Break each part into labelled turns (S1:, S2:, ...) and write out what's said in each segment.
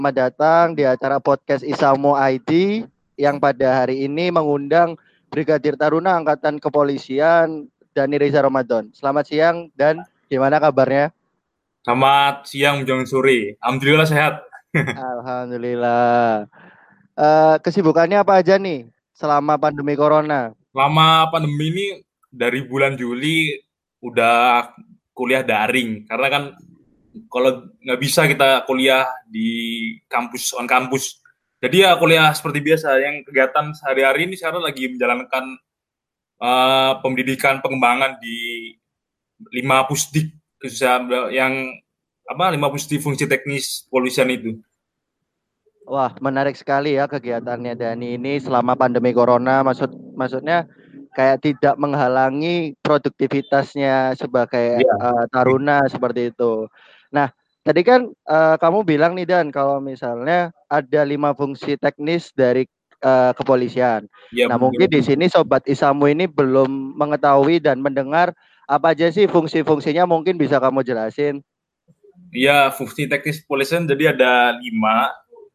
S1: Selamat datang di acara podcast Isamo ID yang pada hari ini mengundang Brigadir Taruna Angkatan Kepolisian Dani Reza Ramadan. Selamat siang dan gimana kabarnya?
S2: Selamat siang menjelang sore. Alhamdulillah sehat.
S1: Alhamdulillah. Kesibukannya apa aja nih selama pandemi Corona?
S2: Lama pandemi ini dari bulan Juli udah kuliah daring karena kan kalau nggak bisa kita kuliah di kampus on kampus. Jadi ya kuliah seperti biasa. Yang kegiatan sehari-hari ini sekarang lagi menjalankan pendidikan pengembangan di 5 pusdik khususnya yang apa 5 pusdik fungsi teknis kepolisian itu.
S1: Wah, menarik sekali ya kegiatannya Dani ini selama pandemi Corona. Maksudnya kayak tidak menghalangi produktivitasnya sebagai
S2: Iya.
S1: taruna seperti itu. Nah, tadi kan kamu bilang nih Dan kalau misalnya ada 5 fungsi teknis dari kepolisian.
S2: Iya
S1: Nah, mungkin
S2: betul.
S1: di sini Sobat Isamu ini belum mengetahui dan mendengar apa aja sih fungsi-fungsinya, mungkin bisa kamu jelasin.
S2: Iya, fungsi teknis kepolisian jadi ada 5.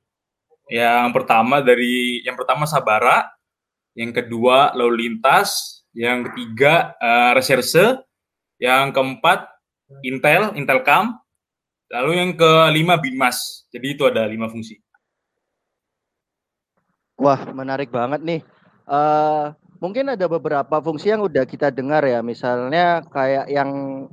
S2: Yang pertama sabara, yang kedua lalu lintas, yang ketiga reserse, yang keempat intelkam, lalu yang kelima binmas. Jadi itu ada 5 fungsi.
S1: Wah, menarik banget nih. Eh Mungkin ada beberapa fungsi yang udah kita dengar ya, misalnya kayak yang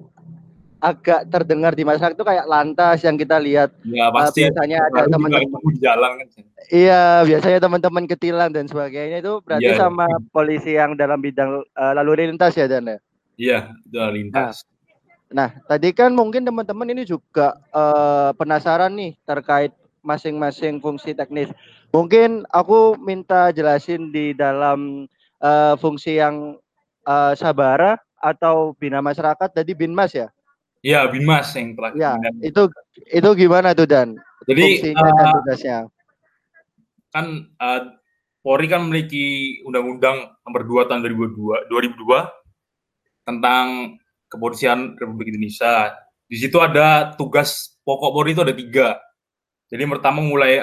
S1: agak terdengar di masyarakat itu kayak lantas yang kita lihat
S2: Ya pasti
S1: biasanya ada
S2: baru juga
S1: teman-teman.
S2: ketemu di jalan kan.
S1: Iya, biasanya teman-teman ketilang dan sebagainya itu berarti
S2: Iya,
S1: sama polisi yang dalam bidang lalu lintas ya Dan ya.
S2: iya itu lalu
S1: Nah,
S2: lintas.
S1: nah tadi kan mungkin teman-teman ini juga penasaran nih terkait masing-masing fungsi teknis. Mungkin aku minta jelasin di dalam fungsi yang sabara atau bina masyarakat tadi binmas ya.
S2: Iya binmas yang terakhir.
S1: Ya, itu gimana tuh Dan?
S2: Jadi
S1: Fungsinya dan tugasnya.
S2: kan Polri kan memiliki Undang-Undang Nomor 2 Tahun 2002 tentang Kepolisian Republik Indonesia. Di situ ada tugas pokok Polri itu ada 3. Jadi yang pertama mulai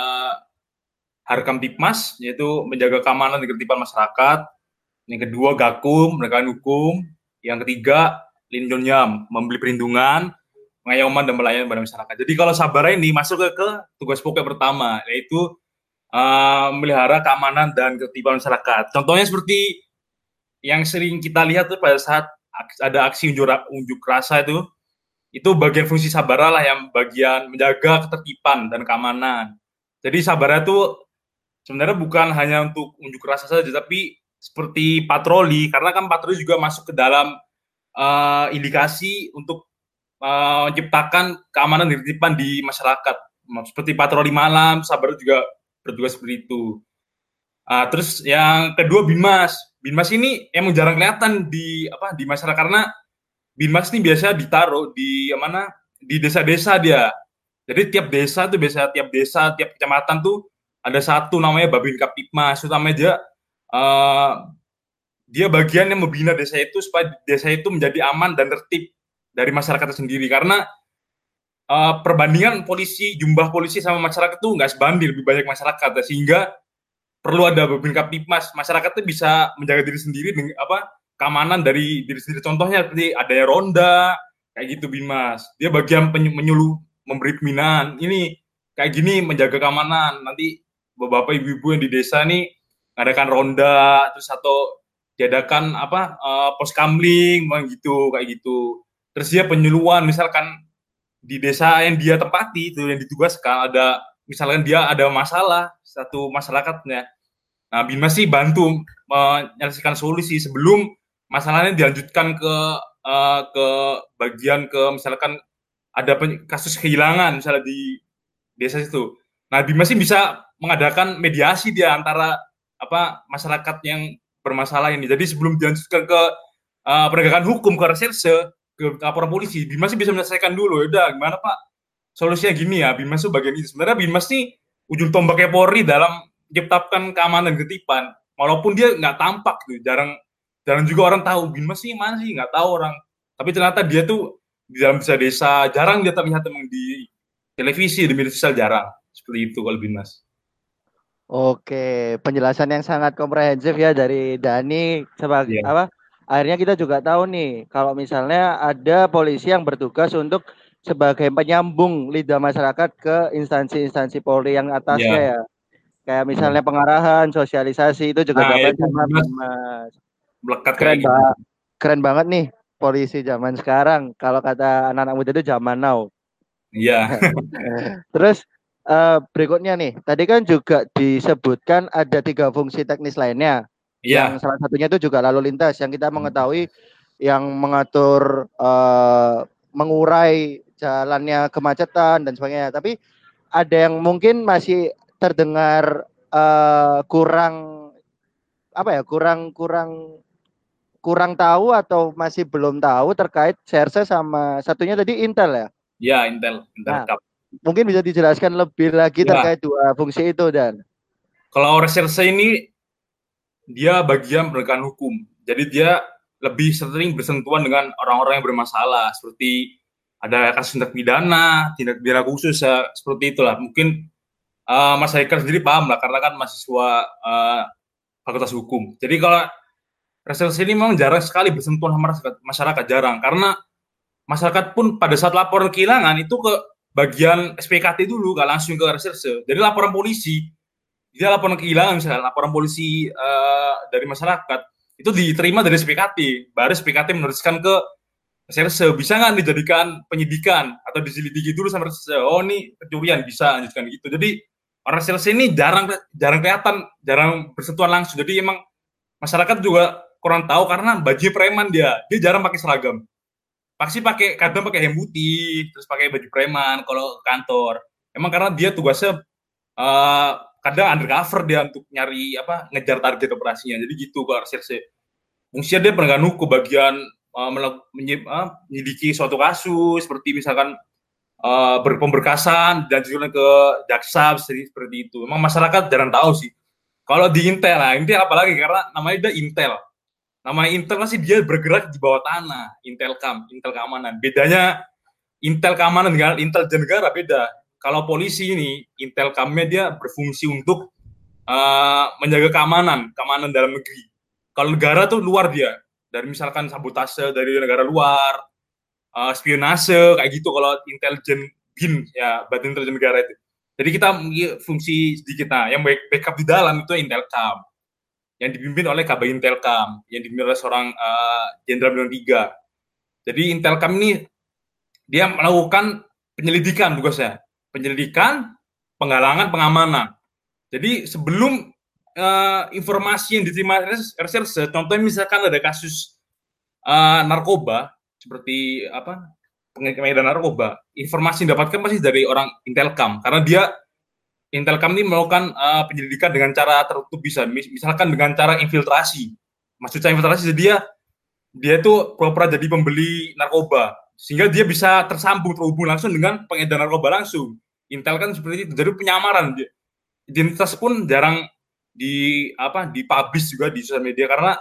S2: Harkamtipmas, yaitu menjaga keamanan dan ketertiban masyarakat. Yang kedua Gakum, penegakan hukum. Yang ketiga Linjonyam, memberi perlindungan, pengayoman dan pelayanan pada masyarakat. Jadi kalau Sabara ini masuk ke tugas pokok pertama, yaitu melihara keamanan dan ketertiban masyarakat. Contohnya seperti yang sering kita lihat tuh pada saat ada aksi unjuk rasa itu bagian fungsi Sabara lah yang bagian menjaga ketertiban dan keamanan. Jadi Sabara itu sebenarnya bukan hanya untuk unjuk rasa saja, tapi seperti patroli, karena kan patroli juga masuk ke dalam indikasi untuk menciptakan keamanan dan ketertiban di masyarakat. Seperti patroli malam, Sabara juga bertugas seperti itu. Terus yang kedua Binmas. Binmas ini emang jarang kelihatan di masyarakat karena Binmas ini biasa ditaruh di mana di desa-desa dia. Jadi tiap desa, tiap kecamatan tuh ada satu namanya Babin Kaptipmas. Utamanya dia bagian yang membina desa itu supaya desa itu menjadi aman dan tertib dari masyarakat sendiri. Karena perbandingan jumlah polisi sama masyarakat tuh nggak sebanding, lebih banyak masyarakat, sehingga perlu ada Babin Kaptipmas. Masyarakat tuh bisa menjaga diri sendiri dengan keamanan dari diri sendiri. Contohnya seperti adanya ronda kayak gitu Binmas. Dia bagian menyuluh, memberi pembinaan. Ini kayak gini menjaga keamanan. Nanti bapak ibu-ibu yang di desa nih ngadakan ronda terus atau diadakan pos kamling gitu kayak gitu. Terus dia penyuluhan misalkan di desa yang dia tempati itu yang ditugaskan ada misalkan dia ada masalah satu masyarakatnya. Nah, Bima sih bantu menyelesaikan solusi sebelum masalahnya dilanjutkan ke bagian ke misalkan ada kasus kehilangan misalnya di desa itu. Nah, Bima sih bisa mengadakan mediasi dia antara masyarakat yang bermasalah ini. Jadi sebelum dilanjutkan ke penegakan hukum ke reserse ke laporan polisi, Bima sih bisa menyelesaikan dulu. Udah gimana Pak? Solusinya gini ya, Bima tuh bagian itu. Sebenarnya Bima sih ujung tombaknya Polri dalam menciptakan keamanan dan ketertiban. Walaupun dia nggak tampak tuh, jarang juga orang tahu Binmas sih mana sih nggak tahu orang. Tapi ternyata dia tuh di dalam desa-desa jarang dia terlihat emang di televisi di media sosial jarang. Seperti itu kalau Bimas.
S1: Oke, penjelasan yang sangat komprehensif ya dari Dani. Sebagai
S2: Iya.
S1: apa? Akhirnya kita juga tahu nih kalau misalnya ada polisi yang bertugas untuk sebagai penyambung lidah masyarakat ke instansi-instansi Polri yang atasnya
S2: Iya.
S1: ya. Kayak
S2: Iya.
S1: misalnya pengarahan, sosialisasi itu juga
S2: Nah,
S1: Bapak
S2: itu
S1: sama
S2: Bimas
S1: Mas.
S2: melekat kayak
S1: Keren
S2: gitu.
S1: banget. Keren banget nih polisi zaman sekarang. Kalau kata anak-anak muda itu zaman now.
S2: Iya.
S1: Terus berikutnya nih, tadi kan juga disebutkan ada 3 fungsi teknis lainnya, yang
S2: Iya.
S1: salah satunya itu juga lalu lintas, yang kita mengetahui yang mengatur mengurai jalannya kemacetan dan sebagainya. Tapi ada yang mungkin masih terdengar kurang apa ya, kurang kurang kurang tahu atau masih belum tahu terkait Serse sama satunya tadi Intel ya.
S2: Iya, Intel
S1: Nah,
S2: Cup.
S1: mungkin bisa dijelaskan lebih lagi
S2: Ya,
S1: terkait 2 fungsi itu dan.
S2: kalau reserse ini dia bagian penegakan hukum. Jadi dia lebih sering bersentuhan dengan orang-orang yang bermasalah, seperti ada kasus tindak pidana khusus ya, seperti itulah. Mungkin Mas Haikal sendiri paham lah, karena kan mahasiswa Fakultas Hukum. Jadi kalau reserse ini memang jarang sekali bersentuhan sama masyarakat, jarang. Karena masyarakat pun pada saat laporan kehilangan itu ke bagian SPKT dulu, gak langsung ke reserse. Jadi laporan polisi, dia laporan kehilangan misalnya, laporan polisi dari masyarakat, itu diterima dari SPKT. Baru SPKT meneruskan ke reserse. Bisa nggak dijadikan penyidikan atau diselidiki dulu sama reserse? Oh ini pencurian, bisa lanjutkan gitu. Jadi orang reserse ini jarang jarang kelihatan, jarang bersentuhan langsung. Jadi emang masyarakat juga kurang tahu karena baju preman dia jarang pakai seragam. Pasti kadang pakai hem putih, terus pakai baju preman kalau ke kantor. Emang karena dia tugasnya kadang undercover dia untuk nyari ngejar target operasinya. Jadi gitu kalau reserse. Fungsinya dia penegakan hukum bagian menyelidiki suatu kasus seperti misalkan berpemberkasan dan juga ke jaksa seperti itu. Emang masyarakat jarang tahu sih. Kalau di Intel, nah Intel apalagi karena namanya dia Intel. Namanya Intel sih dia bergerak di bawah tanah, Intel keamanan. Bedanya Intel keamanan dengan intelijen negara beda. Kalau polisi ini, Intel kamnya dia berfungsi untuk menjaga keamanan dalam negeri. Kalau negara tuh luar dia, dari misalkan sabotase dari negara luar, spionase kayak gitu. Kalau intelijen BIN ya, Badan Intelijen Negara itu. Jadi kita fungsi sedikit, nah yang backup di dalam itu Intelkam yang dipimpin oleh Kabag Intelkam, yang dipimpin oleh seorang Jenderal Bintang 3. Jadi Intelkam ini dia melakukan penyelidikan tugasnya, penyelidikan, penggalangan, pengamanan. Jadi sebelum informasi yang diterima reserse, contohnya misalkan ada kasus narkoba seperti pengedaran narkoba, informasi yang didapatkan pasti dari orang Intelkam karena dia Intelkam ini melakukan penyelidikan dengan cara tertutup, bisa misalkan dengan cara infiltrasi. Maksudnya infiltrasi dia itu pura-pura jadi pembeli narkoba sehingga dia bisa terhubung langsung dengan pengedar narkoba langsung. Intel kan seperti itu, jadi penyamaran. Identitas pun jarang dipublish juga di sosial media karena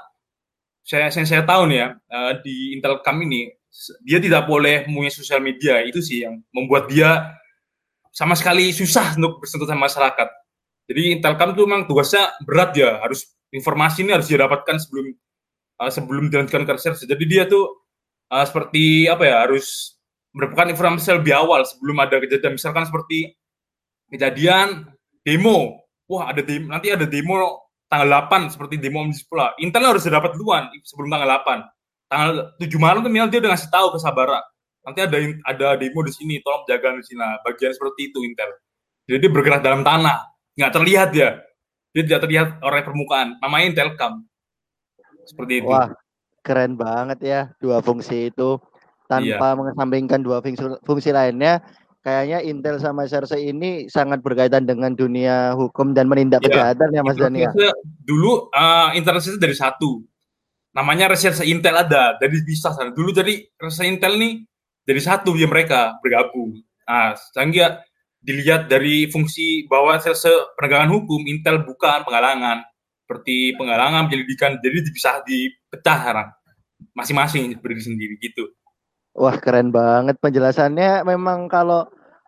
S2: saya tahu nih ya, di Intelkam ini dia tidak boleh mempunyai sosial media. Itu sih yang membuat dia sama sekali susah untuk bersentuhan sama masyarakat. Jadi Intelkam itu memang tugasnya berat ya, informasi ini harus didapatkan sebelum dilanjutkan ke research. Jadi dia tuh seperti harus mendapatkan informasi lebih awal sebelum ada kejadian. Misalkan seperti kejadian demo, nanti ada demo tanggal 8 seperti demo Omnibus Law. Intel harus dapat duluan sebelum tanggal 8. Tanggal 7 malam tuh dia udah ngasih tahu ke Sabara. Nanti ada demo di sini, tolong jaga di sini. Nah, bagian seperti itu Intel. Jadi dia bergerak dalam tanah, nggak terlihat ya. Dia tidak terlihat oleh permukaan. Namanya Intelkam. Seperti itu.
S1: Wah, keren banget ya 2 fungsi itu.
S2: Iya.
S1: Tanpa mengesampingkan 2 fungsi lainnya, kayaknya Intel sama Cersei ini sangat berkaitan dengan dunia hukum dan menindak
S2: Iya.
S1: kejahatan ya Mas Dania.
S2: Dulu internet dari satu. Namanya reserse Intel ada, jadi bisa dulu. Jadi reserse Intel nih jadi satu ya, mereka bergabung. Nah, sehingga dilihat dari fungsi bahwa reserse penegakan hukum, Intel bukan penggalangan, seperti penggalangan, penyelidikan, jadi bisa dipecah sekarang, masing-masing berdiri sendiri gitu.
S1: Wah, keren banget penjelasannya. Memang kalau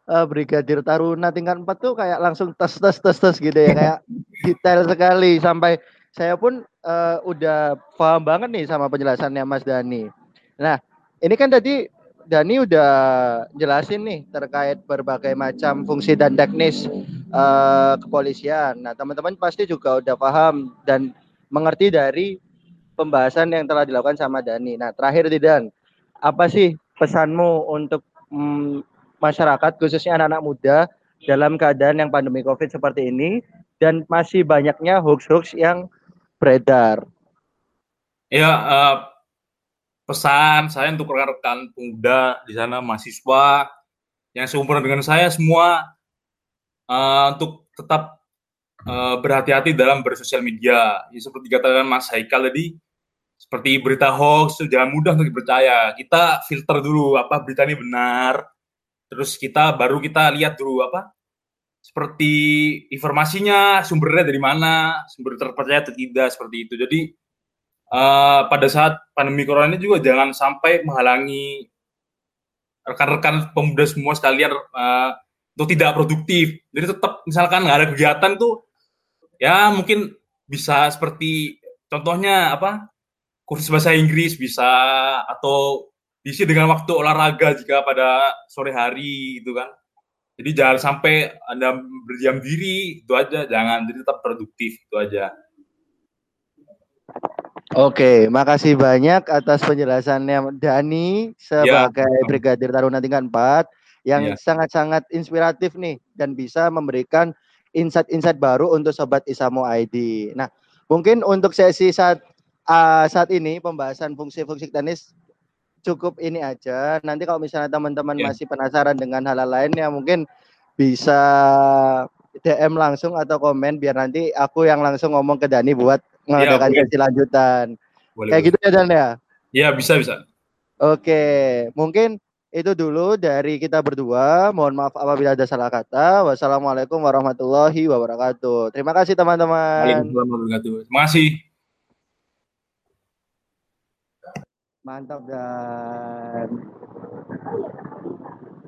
S1: Brigadir Taruna tingkat 4 tuh kayak langsung tes tes tes tes gitu ya, kayak detail sekali sampai saya pun udah paham banget nih sama penjelasannya Mas Dani. Nah, ini kan tadi Dani udah jelasin nih terkait berbagai macam fungsi dan teknis kepolisian. Nah, teman-teman pasti juga udah paham dan mengerti dari pembahasan yang telah dilakukan sama Dani. Nah, terakhir nih Dan, apa sih pesanmu untuk masyarakat khususnya anak-anak muda dalam keadaan yang pandemi COVID seperti ini dan masih banyaknya hoax-hoax yang beredar?
S2: Ya, pesan saya untuk rekan-rekan pemuda di sana, mahasiswa yang seumuran dengan saya semua, untuk tetap berhati-hati dalam bersosial media. Ya, seperti katakan Mas Haikal tadi, seperti berita hoax itu jangan mudah untuk dipercaya. Kita filter dulu apa berita ini benar, terus kita lihat dulu apa seperti informasinya, sumbernya dari mana, sumber terpercaya atau tidak, seperti itu. Jadi pada saat pandemi corona ini juga jangan sampai menghalangi rekan-rekan pemuda semua sekalian untuk tidak produktif. Jadi tetap misalkan nggak ada kegiatan tuh, ya mungkin bisa seperti contohnya apa kursus bahasa Inggris bisa, atau diisi dengan waktu olahraga jika pada sore hari gitu kan. Jadi jangan sampai Anda berdiam diri, itu aja, jangan, jadi tetap produktif, itu aja.
S1: Oke, makasih banyak atas penjelasannya Dani
S2: Ya,
S1: sebagai Brigadir Taruna tingkat 4 yang
S2: ya,
S1: sangat-sangat inspiratif nih dan bisa memberikan insight-insight baru untuk Sobat Isamo ID. Nah, mungkin untuk sesi saat ini pembahasan fungsi-fungsi teknis cukup ini aja. Nanti kalau misalnya teman-teman
S2: ya,
S1: masih penasaran dengan hal-hal lain ya mungkin bisa DM langsung atau komen biar nanti aku yang langsung ngomong ke Dani buat
S2: ya,
S1: mengadakan
S2: boleh,
S1: sesi lanjutan.
S2: boleh,
S1: Kayak
S2: boleh.
S1: gitu ya Dan ya.
S2: Ya, bisa, bisa.
S1: Oke, mungkin itu dulu dari kita berdua. Mohon maaf apabila ada salah kata. Wassalamualaikum warahmatullahi wabarakatuh. Terima kasih teman-teman.
S2: Waalaikumsalam warahmatullahi wabarakatuh. Terima kasih.
S1: Mantap Dan.